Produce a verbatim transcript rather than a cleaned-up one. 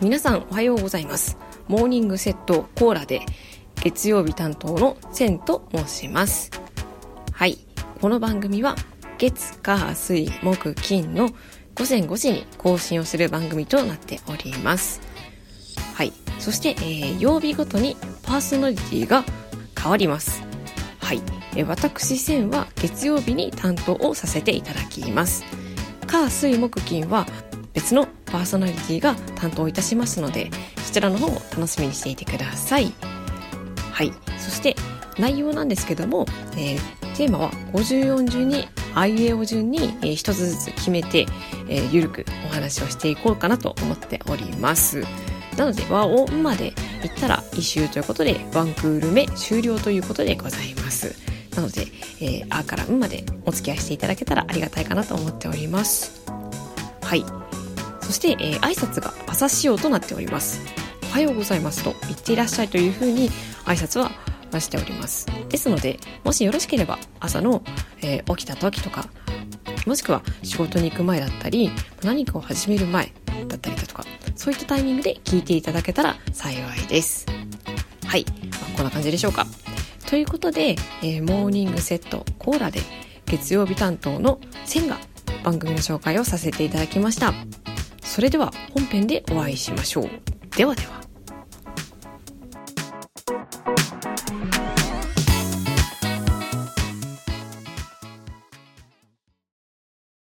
皆さんおはようございます。モーニングセットコーラで月曜日担当のセンと申します。はい、この番組は月火水木金の午前ごじに更新をする番組となっております。はい、そして、えー、曜日ごとにパーソナリティが変わります。はい、えー、私センは月曜日に担当をさせていただきます。火水木金は別のパーソナリティが担当いたしますので、そちらの方を楽しみにしていてください。はい、そして内容なんですけども、えー、テーマはごじゅうよん順にあいうえお順に、えー、一つずつ決めて、えー、ゆるくお話をしていこうかなと思っております。なので和音までいったら一周ということでワンクール目終了ということでございます。なので、えー、あからんまでお付き合いしていただけたらありがたいかなと思っております。はい、そして、えー、挨拶が朝仕様となっております。おはようございますと言っていらっしゃいというふうに挨拶は出しております。ですので、もしよろしければ朝の、えー、起きた時とか、もしくは仕事に行く前だったり、何かを始める前だったりだとか、そういったタイミングで聞いていただけたら幸いです。はい、まあ、こんな感じでしょうか。ということで、えー、モーニングセットコーラで月曜日担当のセンが番組の紹介をさせていただきました。それでは本編でお会いしましょう。ではでは。